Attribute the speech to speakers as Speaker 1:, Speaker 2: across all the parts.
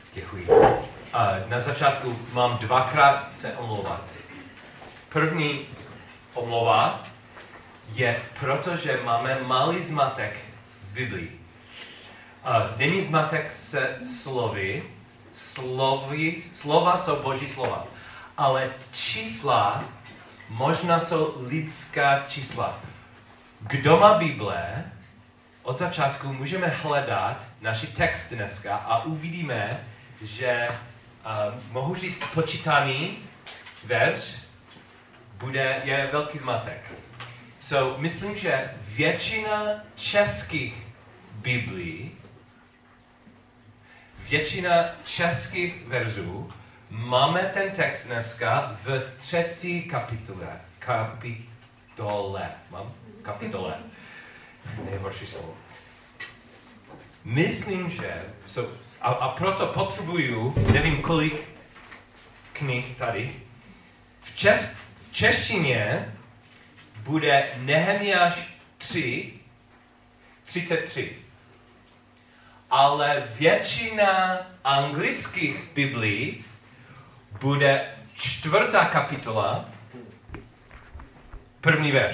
Speaker 1: Děkuji. Na začátku mám dvakrát se omlouvat. První omlouva je proto, že máme malý zmatek v Biblii. Není zmatek se slovy. Slova jsou Boží slova. Ale čísla možná jsou lidská čísla. Kdo má Bible, od začátku můžeme hledat náš text dneska a uvidíme, že mohu říct počítaný verš je velký zmatek. Myslím, že většina českých Biblií, většina českých verzů máme ten text dneska v 3. kapitole. Nejhorší slovo. Myslím, že a proto potřebuju, nevím kolik knih tady, v češtině bude Nehemiáš 3:33. Ale většina anglických biblií bude 4. kapitola, 1. verš.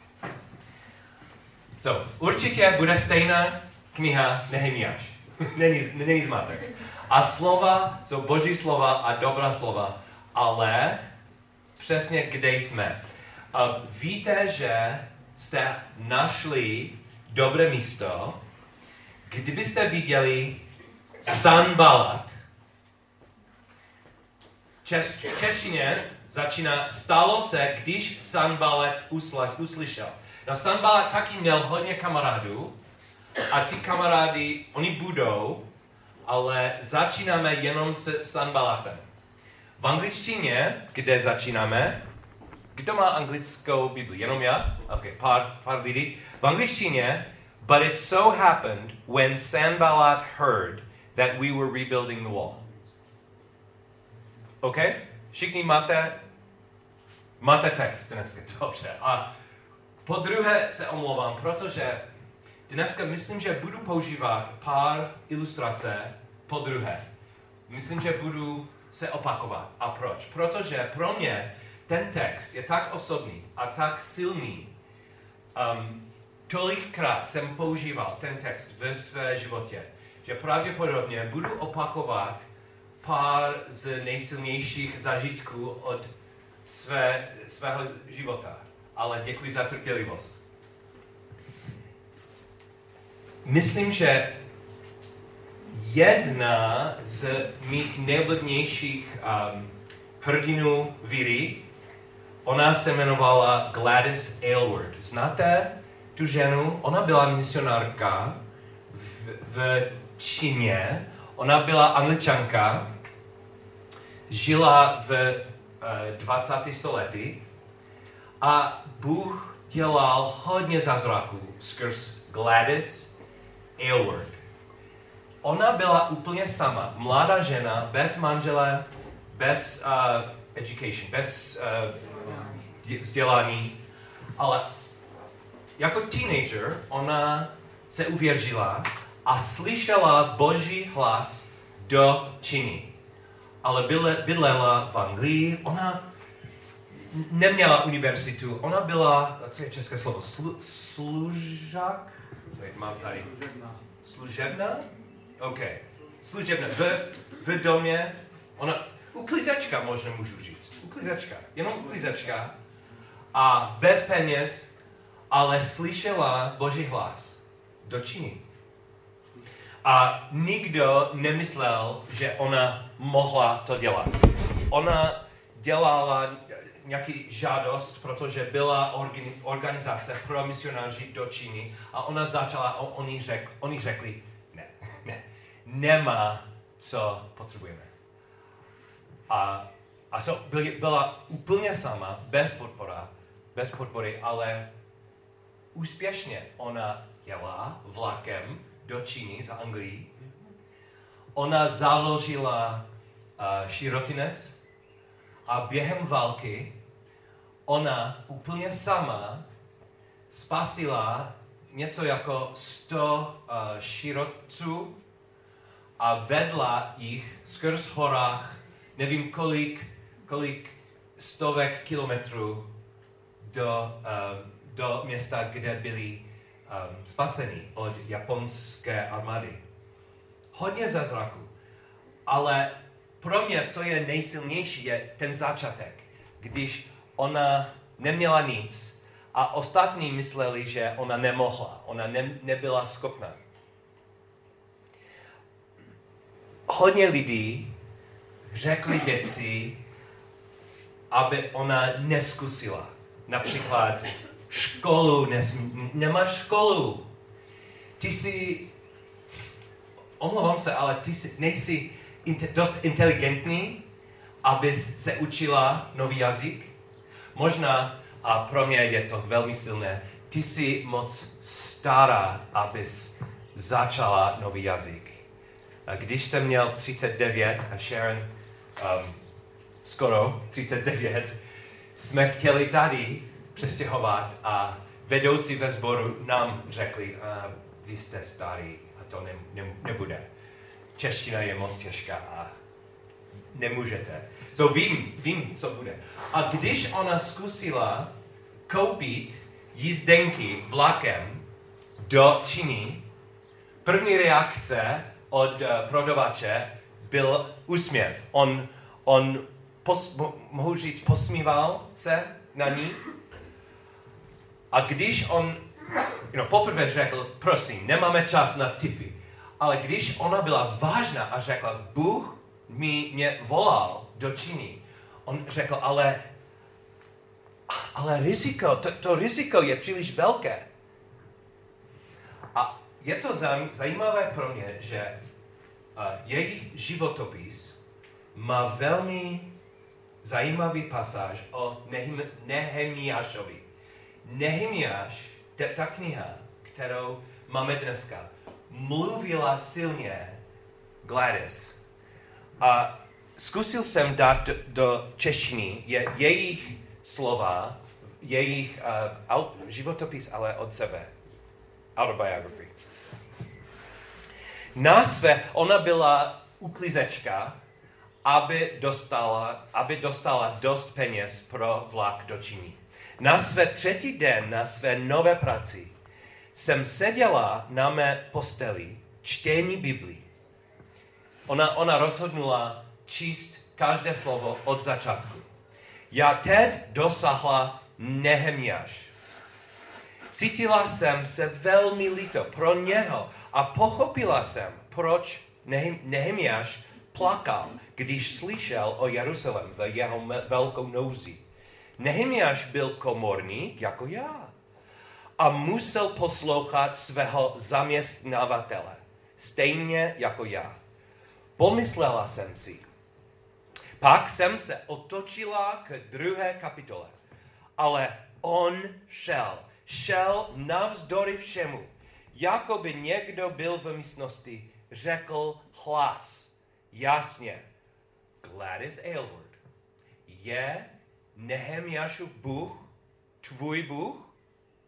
Speaker 1: Určitě bude stejná kniha Nehemiáš. Není zmatek. A slova jsou Boží slova a dobrá slova, ale přesně kde jsme. Víte, že jste našli dobré místo, kdybyste viděli Sanballat. V češtině začíná stalo se, když Sanballat uslyšel. Sanballat taky měl hodně kamarádů a ty kamarády, oni budou, ale začínáme jenom se Sanballatem. V angličtině, kde začínáme, kdo má anglickou Bibli? Jenom já? Ok, pár lidí. V angličtině, but it so happened when Sanballat heard that we were rebuilding the wall. Ok? Všichni máte text dneska, dobře. A po druhé se omlouvám, protože dneska myslím, že budu používat pár ilustrace po druhé. Myslím, že budu se opakovat. A proč? Protože pro mě ten text je tak osobní a tak silný. Tolikrát jsem používal ten text ve své životě, že pravděpodobně budu opakovat pár z nejsilnějších zážitků od svého života. Ale děkuji za trpělivost. Myslím, že jedna z mých nejoblíbenějších hrdinů víry, ona se jmenovala Gladys Aylward. Znáte tu ženu? Ona byla misionárka v Číně. Ona byla Angličanka, žila v 20. století a Bůh dělal hodně zázraků skrz Gladys Aylward. Ona byla úplně sama, mladá žena, bez manžele, bez education, bez vzdělání, ale jako teenager ona se uvěřila a slyšela Boží hlas do Číny. Ale bydlela v Anglii, ona neměla univerzitu, ona byla, co je české slovo, služák? Mám tady. Služebná? OK. Služebná. V domě, ona, uklízečka možná můžu říct. Uklízečka. Jenom uklízečka. A bez peněz, ale slyšela Boží hlas do Číny. A nikdo nemyslel, že ona mohla to dělat. Ona dělala nějaký žádost, protože byla organizace pro misionáři do Číny a ona začala, oni řekli, ne, nemá, co potřebujeme. A byla úplně sama, bez podpory, ale úspěšně ona jela vlakem do Číny z Anglii. Ona založila sirotinec a během války ona úplně sama spasila něco jako 100 sirotců a vedla jich skrz horách, nevím kolik stovek kilometrů do města, kde byli spaseni od japonské armády. Hodně zázraků, ale pro mě, co je nejsilnější, je ten začátek, když ona neměla nic a ostatní mysleli, že ona nemohla, ona nebyla schopná. Hodně lidí řekli věci, aby ona neskusila. Například školu, nemáš školu. Ty jsi, omlouvám se, ale ty nejsi dost inteligentní, abys se učila nový jazyk. Možná, a pro mě je to velmi silné, ty jsi moc stará, abys začala nový jazyk. A když jsem měl 39 a Sharon skoro 39, jsme chtěli tady přestěhovat a vedoucí ve sboru nám řekli, vy jste starý a to nebude. Čeština je moc těžká a nemůžete. So vím, co bude. A když ona zkusila koupit jízdenky vlakem do Číny, první reakce od prodavače byl úsměv. On mohu říct, posmíval se na ní. A když on poprvé řekl, prosím, nemáme čas na vtipy, ale když ona byla vážná a řekla, Bůh mě volal do Číny, on řekl, ale riziko, to riziko je příliš velké. A je to zajímavé pro mě, že jejich životopis má velmi zajímavý pasáž o Nehemiášovi. Nehemiáš, ta kniha, kterou máme dneska, mluvila silně Gladys. A zkusil jsem dát do češtiny jejich slova, jejich životopis, ale od sebe. Autobiography. Ona byla uklízečka, aby dostala dost peněz pro vlak do Číny. Na své třetí den, na své nové práci, jsem seděla na mé posteli čtení Biblii. Ona rozhodnula číst každé slovo od začátku. Já teď dosáhla Nehemiáš. Cítila jsem se velmi líto pro něho a pochopila jsem, proč Nehemiáš plakal, když slyšel o Jeruzalém v jeho velkou nouzi. Nehemiáš byl komorník jako já a musel poslouchat svého zaměstnavatele, stejně jako já. Pomyslela jsem si. Pak jsem se otočila k 2. kapitole, ale on šel navzdory všemu. Jako by někdo byl v místnosti, řekl hlas. Jasně, Gladys Aylward, je Nehemiášův Bůh tvůj Bůh?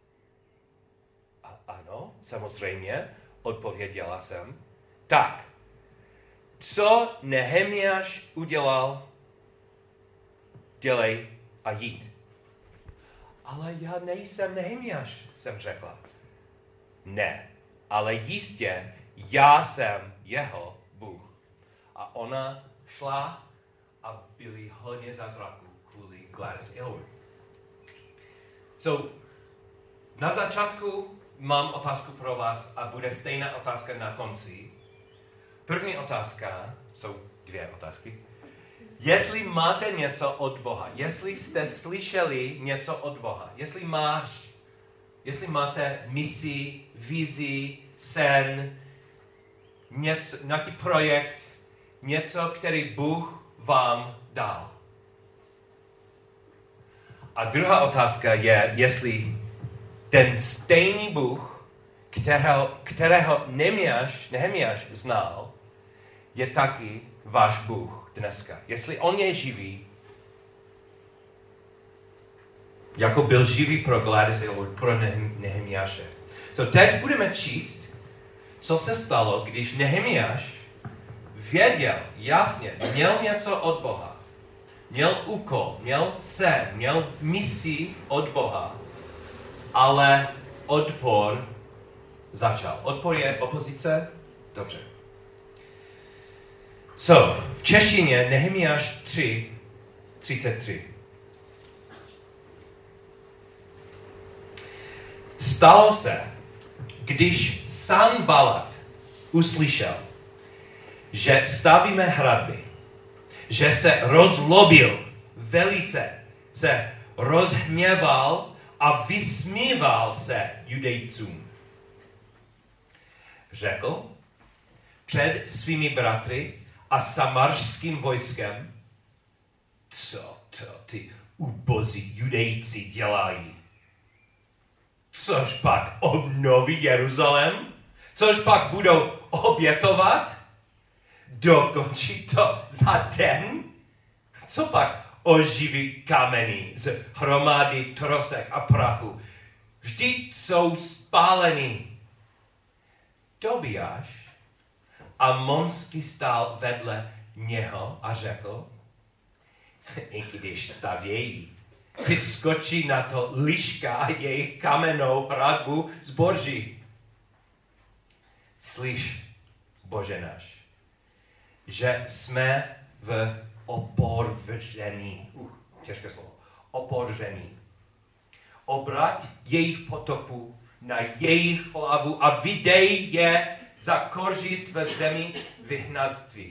Speaker 1: Ano, samozřejmě, odpověděla jsem. Tak, co Nehemiáš udělal, dělej a jít. Ale já nejsem Nehemiáš, jsem řekla. Ne, ale jistě, já jsem jeho Bůh. A ona šla a byly hodně zázraků kvůli Gladys Aylward. So, na začátku mám otázku pro vás a bude stejná otázka na konci. První otázka, jsou 2 otázky. Jestli máte něco od Boha, jestli jste slyšeli něco od Boha, jestli máte misi, vizi, sen, nějaký projekt, něco, který Bůh vám dal. A druhá otázka je, jestli ten stejný Bůh, kterého Nehemiáš znal, je taky váš Bůh dneska. Jestli on je živý, jako byl živý pro Gladys Aylward, pro Nehemiáše. So teď budeme číst, co se stalo, když Nehemiáš věděl, jasně, měl něco od Boha. Měl úkol, měl sen, měl misi od Boha, ale odpor začal. Odpor je opozice? Dobře. So, v češtině Nehemiáš 3:33. Stalo se, když Sanbalat uslyšel, že stavíme hradby, že se rozlobil velice, se rozhněval a vysmíval se Judejcům. Řekl před svými bratry a samarským vojskem, co to ty ubozí Judejci dělají? Což pak obnoví Jeruzalém? Což pak budou obětovat? Dokončí to za den? Co pak oživí kameny z hromady trosek a prachu? Vždyť jsou spálení. Tobiáš Amonský stál vedle něho a řekl, i když stavějí, vyskočí na to liška a jejich kamennou hradbu zboží. Slyš, Bože náš, že jsme v opovržení. Těžké slovo. Opovržení. Obrať jejich potopu na jejich hlavu a vydej je za kořist ve zemi vyhnanství.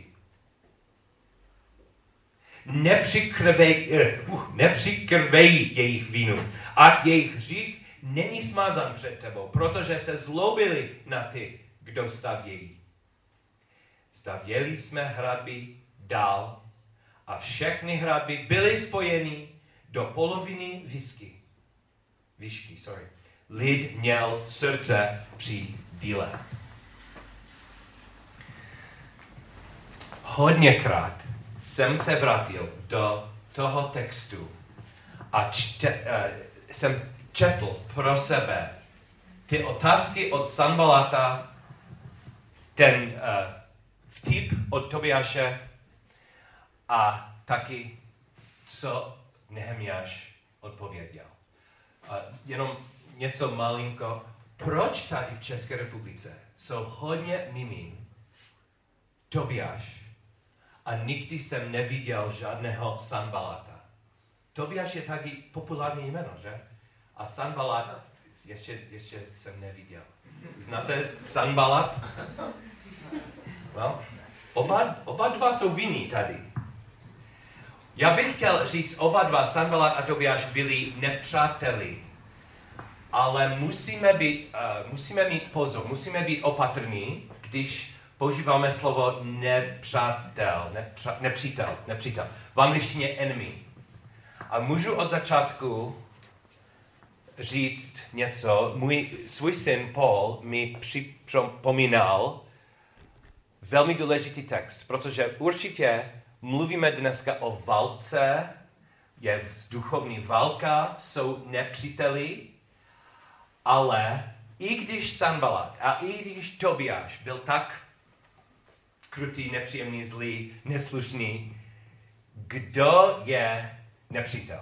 Speaker 1: Nepřikrvej jejich vinu, ať jejich hřích není smázan před tebou, protože se zlobili na ty, kdo stavějí. Stavěli jsme hradby dál a všechny hradby byly spojeny do poloviny výšky. Lid měl srdce při díle. Hodněkrát jsem se vrátil do toho textu a jsem četl pro sebe ty otázky od Sanbalata, ten vtip od Tobiáše a taky, co Nehemiáš odpověděl. Jenom něco malinko. Proč tady v České republice jsou hodně mimin Tobiáš a nikdy jsem neviděl žádného Sanbalata? Tobiáš je taky populární jméno, že? A Sanbalat ještě jsem neviděl. Znáte Sanbalat? Well, oba dva jsou vinní tady. Já bych chtěl říct, oba dva, Sanbalat a Tobiáš, byli nepřáteli. Ale musíme mít pozor, musíme být opatrní, když používáme slovo nepřítel. V angličtině enemy. A můžu od začátku říct něco. Svůj syn Paul mi připomínal velmi důležitý text, protože určitě mluvíme dneska o válce, je duchovní válka, jsou nepříteli, ale i když Sanbalat a i když Tobiáš byl tak krutý, nepříjemný, zlý, neslušný, kdo je nepřítel?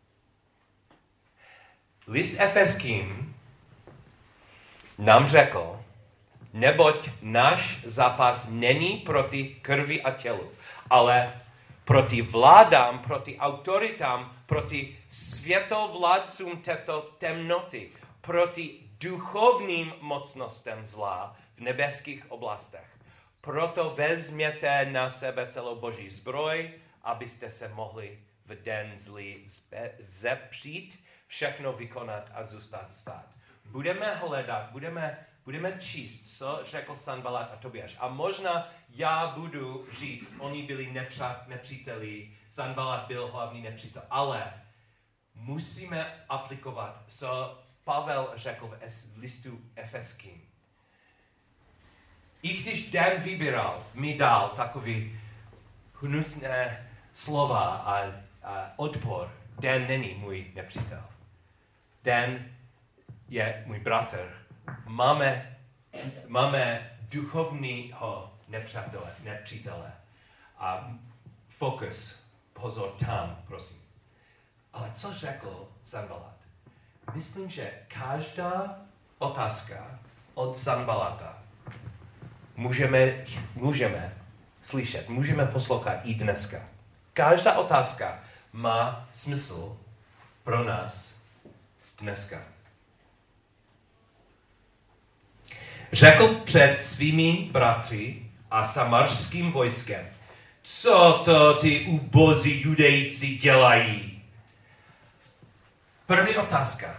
Speaker 1: List Efeským nám řekl, neboť náš zápas není proti krvi a tělu, ale proti vládám, proti autoritám, proti světovládcům této temnoty, proti duchovním mocnostem zla v nebeských oblastech. Proto vezměte na sebe celou Boží zbroj, abyste se mohli v den zlý vzepřít, všechno vykonat a zůstat stát. Budeme hledat, budeme číst, co řekl Sanbalat a Tobiáš. A možná já budu říct, oni byli nepříteli, Sanbalat byl hlavní nepřítel, ale musíme aplikovat, co Pavel řekl v listu Efeským. I když Dan vybíral, mi dal takový hnusné slova a odpor, Dan není můj nepřítel. Dan je můj bratr. Máme duchovního nepřítele. A pozor tam, prosím. Ale co řekl Sanballat? Myslím, že každá otázka od Sanballata můžeme slyšet, můžeme poslouchat i dneska. Každá otázka má smysl pro nás dneska. Řekl před svými bratry a samarským vojskem, co to ty ubozí Judejci dělají? První otázka.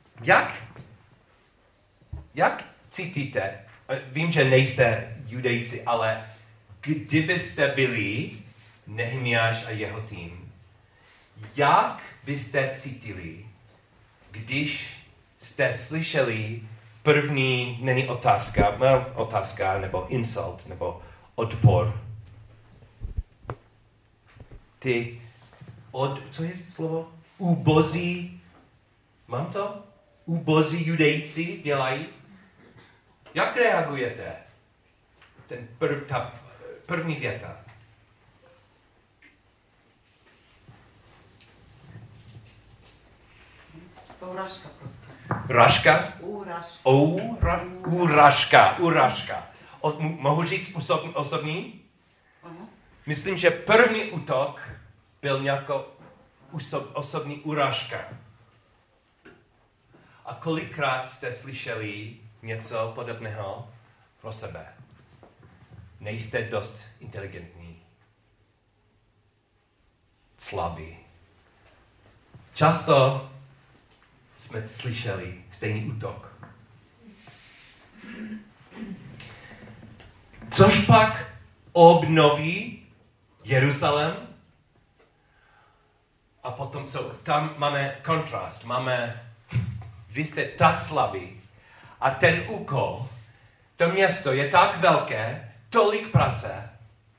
Speaker 1: Jak cítíte? Vím, že nejste Judejci, ale kdybyste byli Nehemiáš a jeho tým, jak byste cítili, když jste slyšeli první, není otázka, nebo insult, nebo odpor. Co je slovo? Ubozí, mám to? Ubozí Judejci dělají? Jak reagujete? Ta první věta.
Speaker 2: To urážka prostě.
Speaker 1: Ražka?
Speaker 2: Urážka.
Speaker 1: Urážka. Mohu říct osobní? Myslím, že první útok byl nějakou osobní urážka. A kolikrát jste slyšeli něco podobného pro sebe? Nejste dost inteligentní. Slabí. Často jsme slyšeli stejný útok. Což pak obnoví Jeruzalém? A potom tam máme kontrast, vy jste tak slabí a ten úkol, to město je tak velké, tolik práce.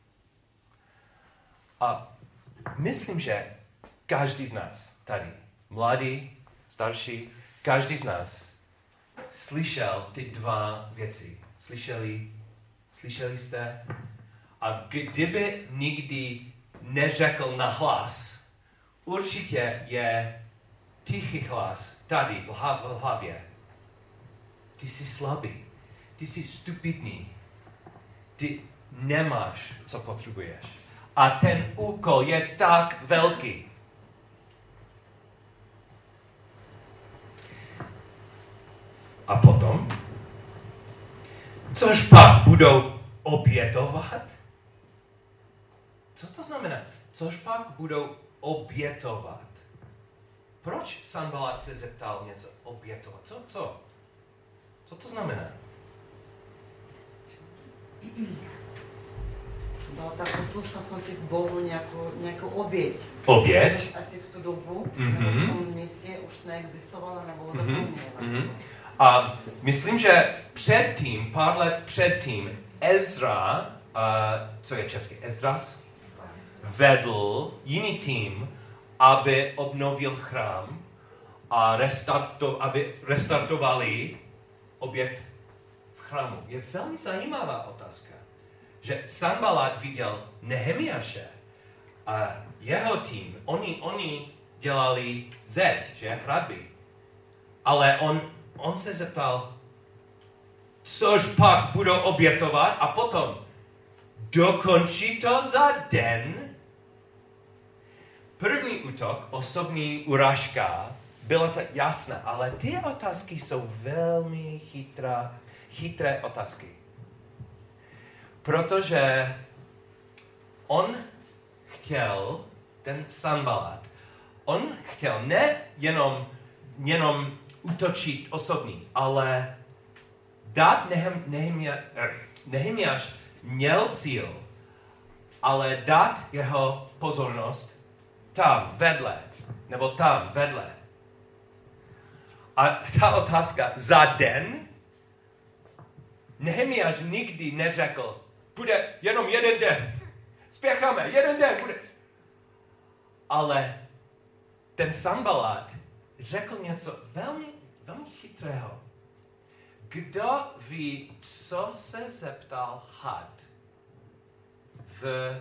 Speaker 1: A myslím, že každý z nás tady, mladý, starší, každý z nás slyšel ty dva věci. Slyšeli jste? A kdyby nikdy neřekl nahlas, určitě je tichý hlas tady v hlavě. Ty jsi slabý, ty jsi stupidní, ty nemáš, co potřebuješ. A ten úkol je tak velký. A potom? Což pak budou obětovat? Co to znamená? Což pak budou obětovat? Proč Sanballat se zeptal něco obětovat? Co to znamená?
Speaker 2: Byla ta poslušnost nosit Bohu nějakou oběť.
Speaker 1: Oběť?
Speaker 2: Asi v tu dobu, nebo v tom místě už neexistovala, nebo zapomněla.
Speaker 1: A myslím, že pár let předtím, Ezra, co je česky, Esdras, vedl jiný tým, aby obnovil chrám a aby restartovali oběd v chrámu. Je velmi zajímavá otázka, že Sanballat viděl Nehemiáše a jeho tým, oni dělali zeď, že, hradby, ale on se zeptal, což pak budou obětovat a potom dokončí to za den. První útok, osobní urážka, byla to jasná, ale ty otázky jsou velmi chytré otázky. Protože on chtěl, ten Sanballat, on chtěl ne jenom útočit osobní, ale dát Nehemiáš měl cíl, ale dát jeho pozornost tam vedle, nebo tam vedle. A ta otázka za den, Nehemiáš nikdy neřekl, bude jenom jeden den, spěcháme, jeden den bude. Ale ten Sanballat řekl něco velmi, velmi chytrého. Kdo ví, co se zeptal had v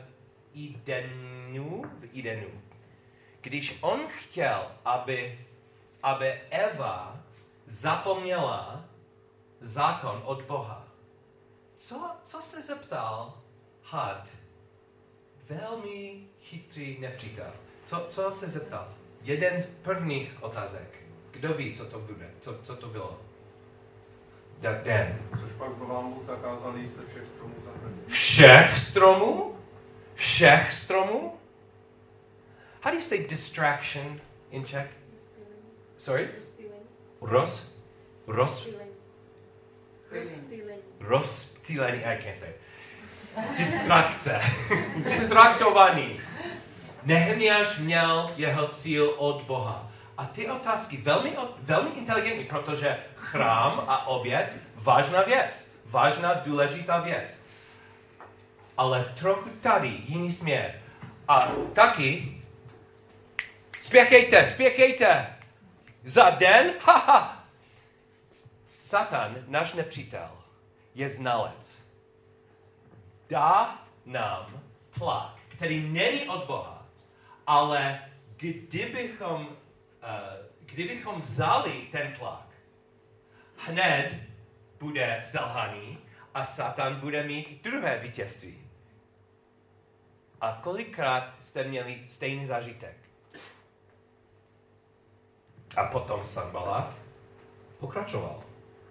Speaker 1: Edenu. Když on chtěl, aby Eva zapomněla zákon od Boha, co se zeptal had? Velmi chytrý nepřítel. Co se zeptal? Jeden z prvních otázek. Kdo ví, co to bude? Co to bylo? Dan.
Speaker 3: Což pak vám Bůh zakázal jíst všech stromů zahrady.
Speaker 1: Všech stromů? Všech stromů? How do you say distraction in Czech? Sorry? Rozptýlení, I can't say. Distrakce. Distraktovaný. Nehemiáš měl jeho cíl od Boha. A ty otázky velmi inteligentní, protože chrám a oběd, vážná věc. Vážná, důležitá věc. Ale trochu tady jiný směr. A taky spěchejte. Za den, Satan, náš nepřítel, je znalec. Dá nám tlak, který není od Boha, ale kdybychom vzali ten tlak, hned bude selhaný a Satan bude mít druhé vítězství. A kolikrát jste měli stejný zážitek? A potom Sanballat pokračoval.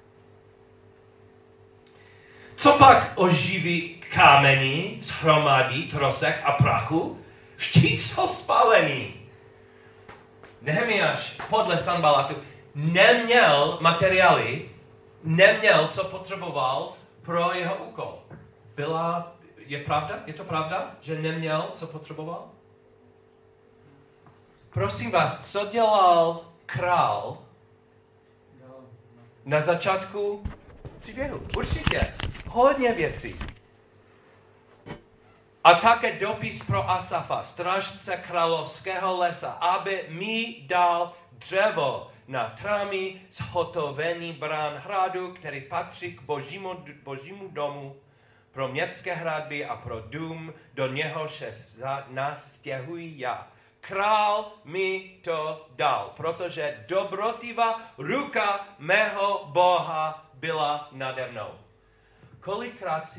Speaker 1: Co pak oživí kameny z hromady trosek a prachu? Vždyť jsou spálení. Nehemiáš podle Sanballatu neměl materiály, neměl, co potřeboval pro jeho úkol. Je to pravda, že neměl, co potřeboval? Prosím vás, co dělal král na začátku příběhu? Určitě. Hodně věcí. A také dopis pro Asafa, strážce královského lesa, aby mi dal dřevo na trámy zhotovení brán hradu, který patří k božímu domu, pro městské hradby a pro dům, do něhož se nastěhuji já. Král mi to dal, protože dobrotivá ruka mého Boha byla nade mnou. Kolikrát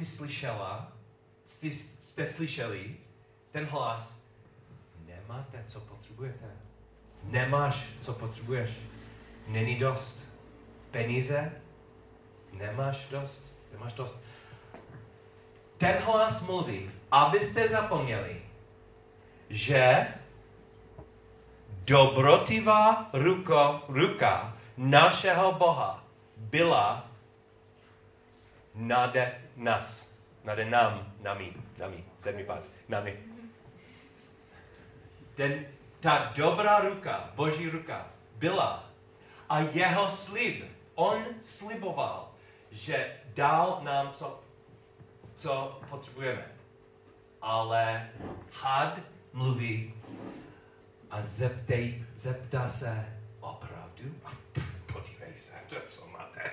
Speaker 1: jste slyšeli ten hlas? Nemáte, co potřebujete. Nemáš, co potřebuješ. Není dost. Peníze? Nemáš dost. Ten hlas mluví, abyste zapomněli, že dobrotivá ruka našeho Boha byla nade nás. Nade nami, sedmipad, nami. Ta dobrá ruka, Boží ruka, byla a jeho slib, on sliboval, že dal nám, co potřebujeme. Ale had mluví a zeptá se opravdu. Podívej se, co máte.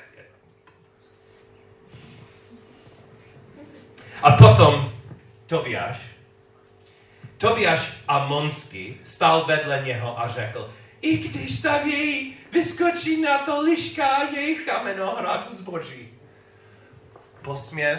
Speaker 1: A potom Tobiáš Amonský stál vedle něho a řekl, i když stavějí, vyskočí na to liška jejich kamenohradu zboží. Posměv.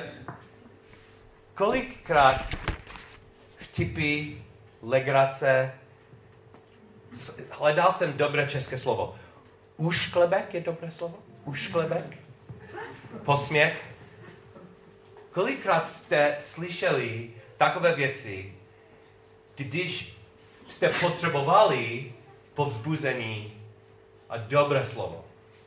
Speaker 1: Kolikrát vtipy, legrace, hledal jsem dobré české slovo. Ušklebek je dobré slovo? Ušklebek? Posměch. Kolikrát jste slyšeli takové věci, když jste potřebovali povzbuzení a dobré slovo?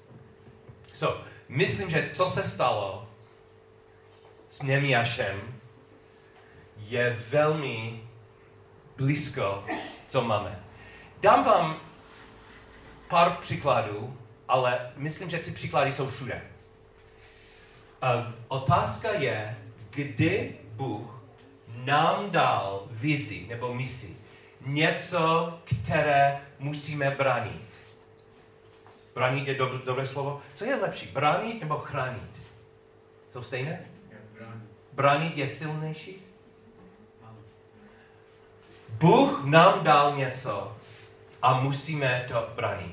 Speaker 1: Myslím, že co se stalo s Nehemiášem je velmi blízko, co máme. Dám vám pár příkladů, ale myslím, že ty příklady jsou všude. Otázka je, kdy Bůh nám dal vizi nebo misi. Něco, které musíme bránit. Bránit je dobré slovo. Co je lepší, bránit nebo chránit? Jsou stejné? Bránit je silnější? Bůh nám dal něco a musíme to bránit.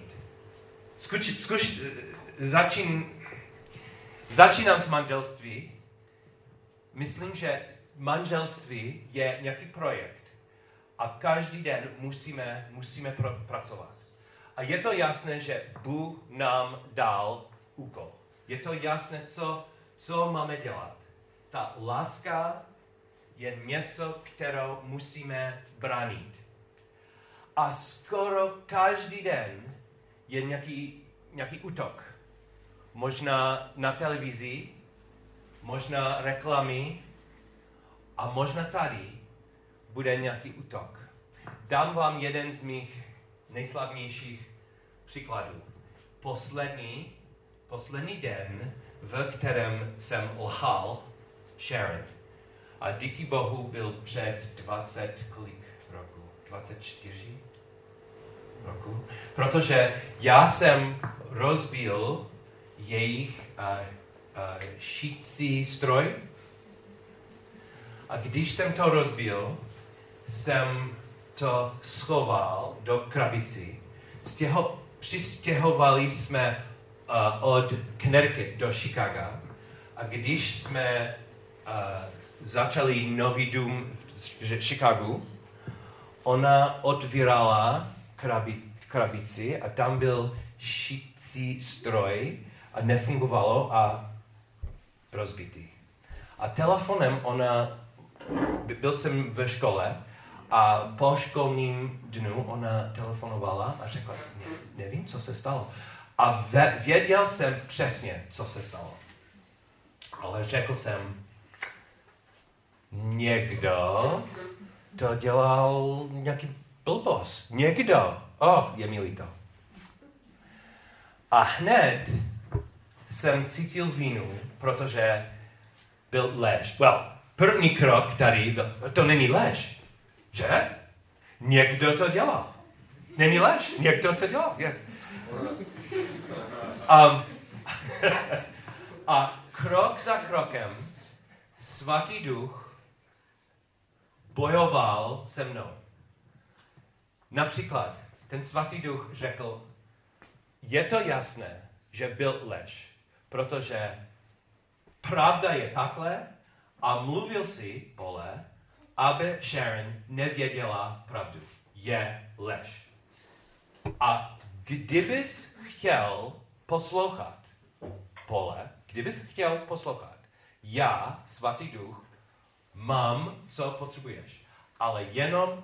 Speaker 1: Začínám s manželství. Myslím, že manželství je nějaký projekt a každý den musíme pracovat. A je to jasné, že Bůh nám dal úkol. Je to jasné, co máme dělat. Ta láska je něco, kterou musíme bránit. A skoro každý den je nějaký útok. Možná na televizi, možná reklamy a možná tady bude nějaký útok. Dám vám jeden z mých nejslavnějších příkladů. Poslední den, v kterém jsem lhal Sharon. A díky Bohu byl před 24 roku. Protože já jsem rozbil jejich šící stroj. A když jsem to rozbil, jsem to schoval do krabici. Přistěhovali jsme od Connecticut do Chicaga. A když jsme začali nový dům v Chicagu, ona otvírala krabici a tam byl šící stroj a nefungovalo a rozbitý. A telefonem byl jsem ve škole a po školním dnu ona telefonovala a řekla, nevím, co se stalo. A věděl jsem přesně, co se stalo. Ale řekl jsem, někdo to dělal nějaký blbost. Někdo. Je mi líto. A hned jsem cítil vinu, protože byl lež. První krok tady byl, to není lež. Že? Někdo to dělal. Není lež. Někdo to dělal. A krok za krokem Svatý Duch bojoval se mnou. Například ten Svatý Duch řekl, je to jasné, že byl lež, protože pravda je takhle a mluvil si, Pole, aby Sharon nevěděla pravdu. Je lež. A kdybys chtěl poslouchat, Pole, já, Svatý Duch, mám, co potřebuješ, ale jenom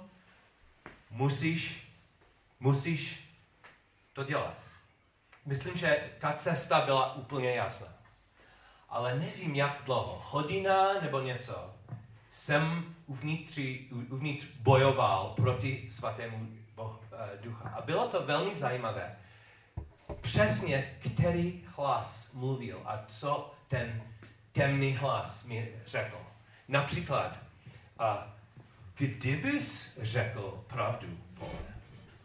Speaker 1: musíš to dělat. Myslím, že ta cesta byla úplně jasná. Ale nevím, jak dlouho, hodina nebo něco, jsem uvnitř bojoval proti Svatému Ducha. A bylo to velmi zajímavé. Přesně, který hlas mluvil a co ten temný hlas mi řekl. Například, kdybys řekl pravdu, Pole,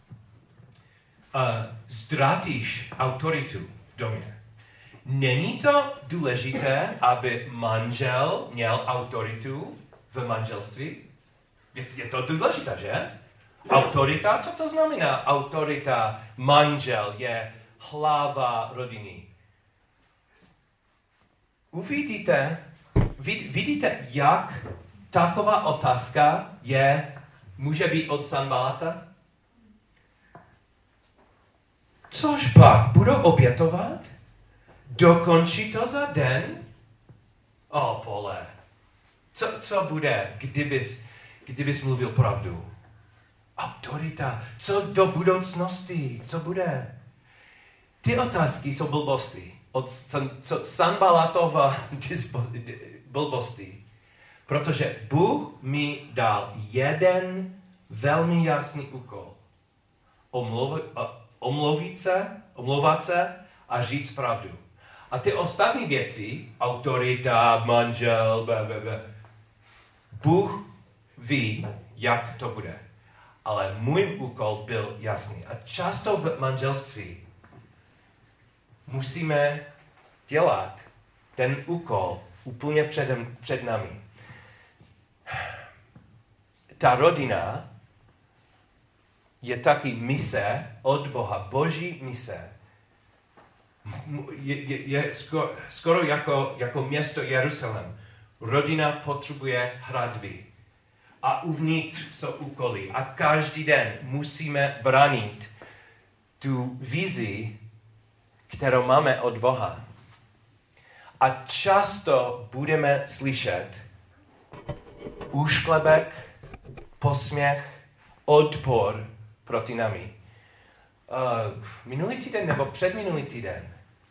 Speaker 1: ztratíš autoritu v domě. Není to důležité, aby manžel měl autoritu v manželství? Je to důležité, že? Autorita? Co to znamená autorita? Manžel je hlava rodiny. Vidíte, jak taková otázka může být od Sanbalata? Což pak budou obětovat? Dokončí to za den? Pole, co bude, kdybys mluvil pravdu? Autorita, co do budoucnosti, co bude? Ty otázky jsou blbosti. Sanbalatova blbosti. Protože Bůh mi dal jeden velmi jasný úkol. Omlouvat se a říct pravdu. A ty ostatní věci, autorita, manžel, Bůh ví, jak to bude. Ale můj úkol byl jasný. A často v manželství musíme dělat ten úkol úplně před námi. Ta rodina je taky mise od Boha, Boží mise. Je skoro jako město Jeruzalém. Rodina potřebuje hradby. A uvnitř jsou úkoly. A každý den musíme bránit tu vizi, kterou máme od Boha. A často budeme slyšet úšklebek, posměch, odpor proti nami. Minulý týden nebo předminulý týden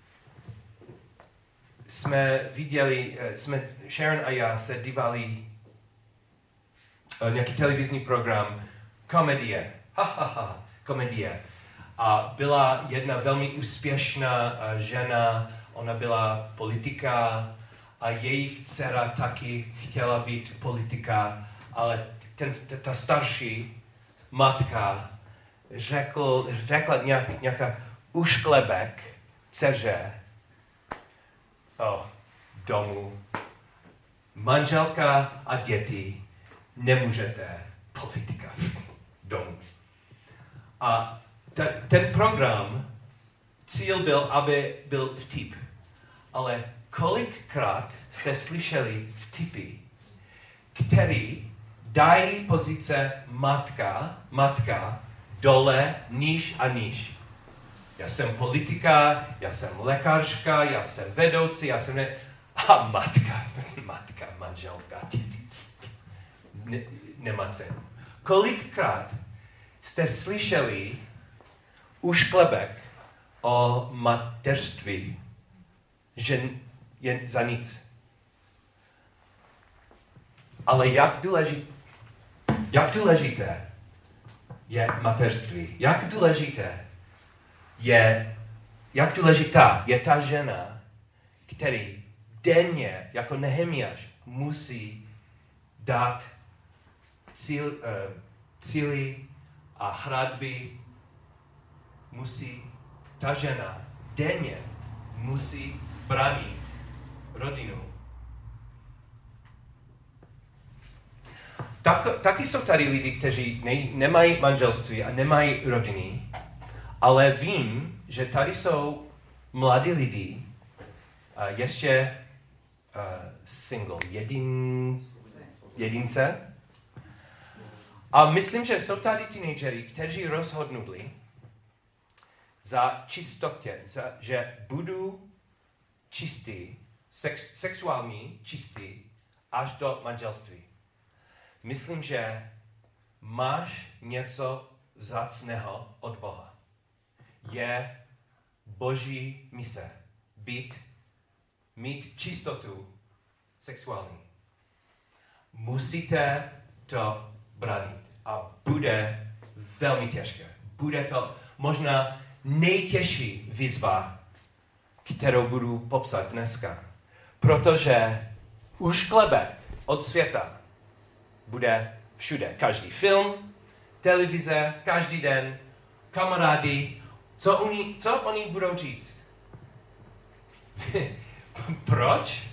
Speaker 1: jsme viděli, Sharon a já se dívali nějaký televizní program, komedie. Komedie. A byla jedna velmi úspěšná žena, ona byla politika a jejich dcera taky chtěla být politika, ale ta starší matka řekla nějaká úšklebek dceře domů. Manželka a děti, nemůžete politika domů. A ten program, cíl byl, aby byl vtip. Ale kolikrát jste slyšeli vtipy, který dají pozice matka dole, níž a níž. Já jsem politika, já jsem lékařka, já jsem vedoucí, já jsem a matka, manželka, nemá cenu. Kolikrát jste slyšeli úšklebek o mateřství, že je za nic. Ale jak důležité je mateřství? Jak důležitá je ta žena, který denně, jako Nehemiáš, musí dát cíly a hradby, ta žena denně musí bránit rodinu. Taky jsou tady lidi, kteří nemají manželství a nemají rodiny, ale vím, že tady jsou mladí lidi, ještě single, jedince. A myslím, že jsou tady teenagery, kteří rozhodnuli za čistotě, že budu čistý, sexuální čistý až do manželství. Myslím, že máš něco vzácného od Boha. Je Boží mise mít čistotu sexuální. Musíte to bránit a bude velmi těžké. Bude to možná nejtěžší výzva, kterou budu popsat dneska. Protože úšklebek od světa bude všude. Každý film, televize, každý den, kamarádi. Co oni budou říct? Proč?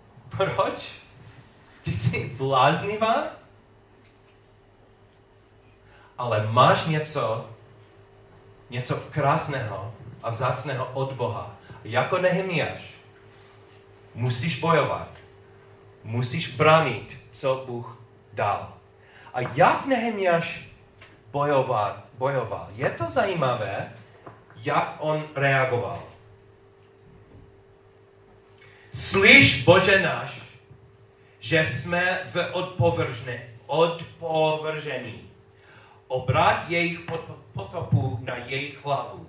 Speaker 1: Ty jsi bláznivá? Ale máš něco krásného a vzácného od Boha. Jako Nehemiáš musíš bojovat. Musíš bránit, co Bůh dal. A jak Nehemiáš bojoval? Je to zajímavé, jak on reagoval. Slyš, Bože náš, že jsme v odpovržení. Obrát jejich potopu na jejich hlavu.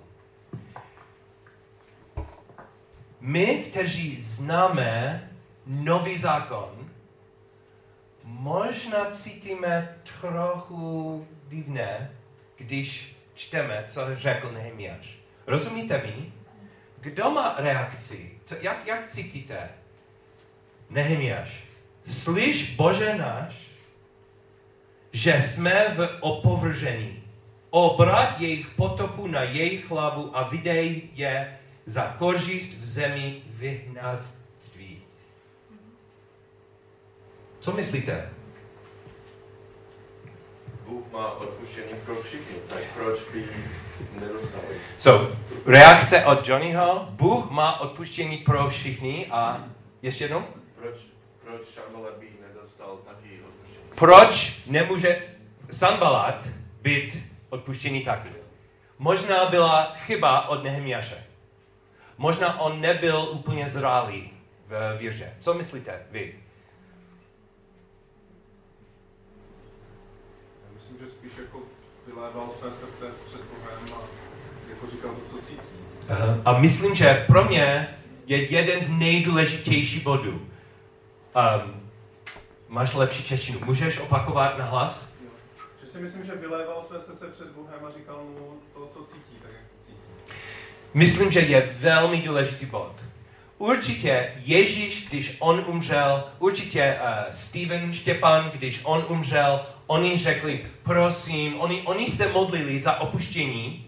Speaker 1: My, kteří známe nový zákon, možná cítíme trochu divné, když čteme, co řekl Nehemiáš. Rozumíte mi? Kdo má reakci? Jak cítíte? Nehemiáš. Slyš, Bože náš, že jsme v opovržení. Obrát jejich potopu na jejich hlavu a vydej je za kořist v zemi vyhnanství. Co myslíte?
Speaker 4: Bůh má odpuštění pro všichni, tak proč by nedostali?
Speaker 1: So, reakce od Johnnyho, Bůh má odpuštění pro všichni a ještě jednou?
Speaker 4: Proč Sanballat by nedostal taky odpuštění?
Speaker 1: Proč nemůže Sanballat být odpuštěný taky? Možná byla chyba od Nehemiáše. Možná on nebyl úplně zralý v víře. Co myslíte vy?
Speaker 3: Já myslím, že spíš jako vyléval své srdce před Bohem a jako říkal to, co cítí.
Speaker 1: A myslím, že pro mě je jeden z nejdůležitějších bodů. Máš lepší češtinu. Můžeš opakovat na hlas?
Speaker 3: Jo. Že si myslím, že vyléval své srdce před Bohem a říkal mu to, co cítí, tak jak to cítí.
Speaker 1: Myslím, že je velmi důležitý bod. Určitě Ježíš, když on umřel, určitě Steven, Štěpán, když on umřel, oni řekli, prosím, oni se modlili za opuštění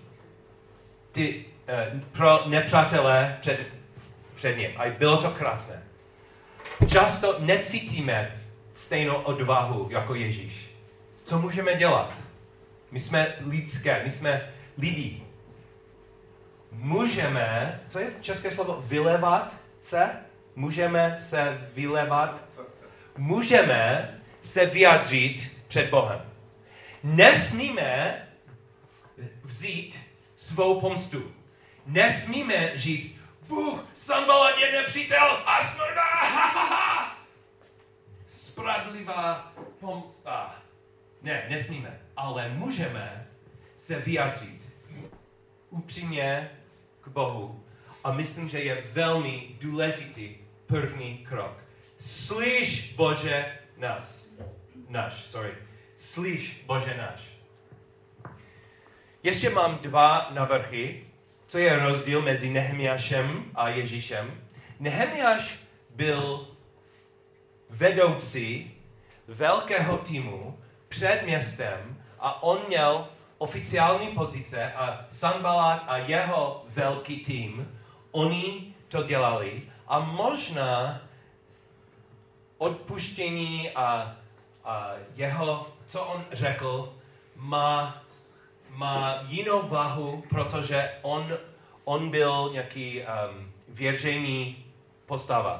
Speaker 1: pro nepřátelé před ním. A bylo to krásné. Často necítíme stejnou odvahu jako Ježíš. Co můžeme dělat? My jsme lidské, my jsme lidi. Můžeme, co je české slovo, vylevat se? Můžeme se vylevat? Můžeme se vyjádřit před Bohem. Nesmíme vzít svou pomstu. Nesmíme říct, Bůh, Sanballat je nepřítel a smrdá, spravedlivá pomsta. Ne, nesmíme, ale můžeme se vyjádřit upřímně k Bohu a myslím, že je velmi důležitý první krok. Slyš, Bože, Slyš, Bože náš. Ještě mám 2 návrhy, co je rozdíl mezi Nehemiášem a Ježíšem. Nehemiáš byl vedoucí velkého týmu před městem a on měl oficiální pozice a Sanballat a jeho velký tým, oni to dělali a možná odpuštění a jeho, co on řekl, má jinou váhu, protože on byl nějaký věření postava.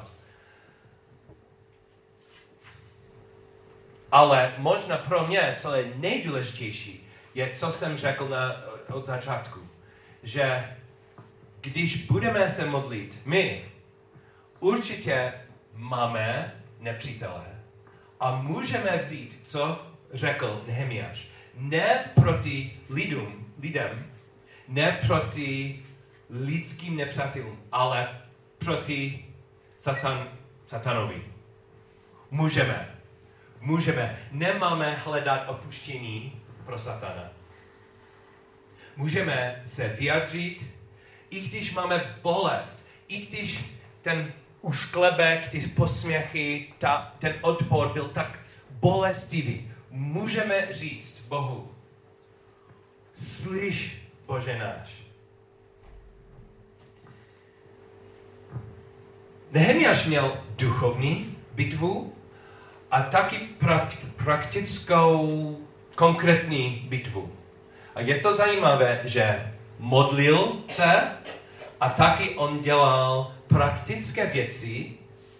Speaker 1: Ale možná pro mě, co je nejdůležitější, je, co jsem řekl od začátku, že když budeme se modlit, my určitě máme nepřítele a můžeme vzít, co řekl Nehemiáš, ne proti lidem, ne proti lidským nepřátelům, ale proti satanovi. Můžeme. Nemáme hledat odpuštění pro satana. Můžeme se vyjádřit, i když máme bolest, i když ten ušklebek, ty posměchy, ten odpor byl tak bolestivý. Můžeme říct Bohu, slyš, Bože náš. Nehemiáš měl duchovní bitvu a taky praktickou, konkrétní bitvu. A je to zajímavé, že modlil se a taky on dělal praktické věci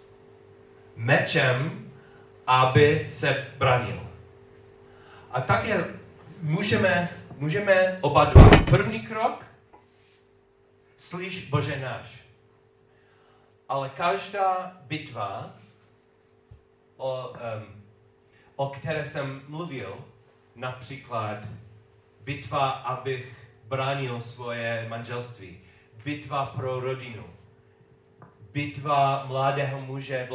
Speaker 1: mečem, aby se bránil. A také můžeme oba dva. První krok, slyš, Bože náš. Ale každá bitva, o které jsem mluvil, například bitva, abych bránil svoje manželství, bitva pro rodinu, bitva mladého muže,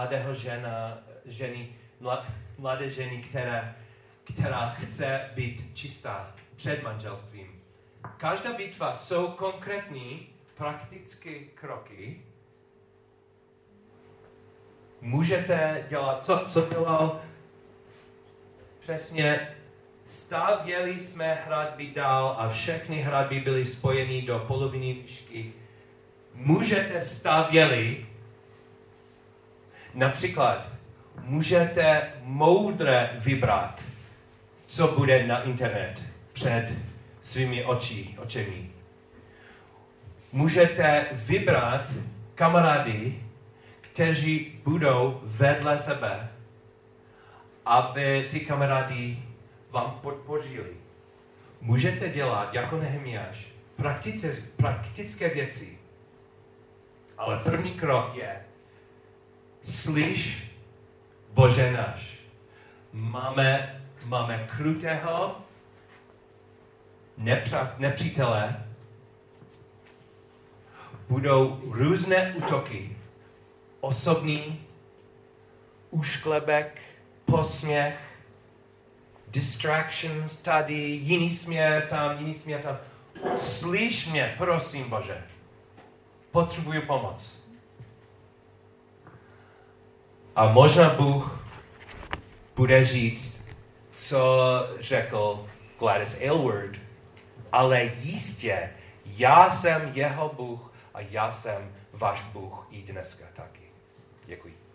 Speaker 1: mladé ženy, která chce být čistá před manželstvím. Každá bitva jsou konkrétní praktické kroky. Můžete dělat, co dělal přesně. Stavěli jsme hradby dál a všechny hradby byly spojeny do poloviny výšky. Můžete stavěli, například, můžete moudře vybrat co bude na internet před svými očemi. Můžete vybrat kamarády, kteří budou vedle sebe, aby ty kamarády vám podpořili. Můžete dělat jako Nehemiáš praktické věci. Ale první krok je slyš Bože náš. Máme krutého nepřítele. Budou různé útoky. Osobní, úšklebek, posměch, distractions tady, jiný směr tam. Slyš mě, prosím Bože. Potřebuji pomoc. A možná Bůh bude říct, co řekl Gladys Aylward, ale jistě, já jsem jeho Bůh a já jsem váš Bůh i dneska taky. Děkuji.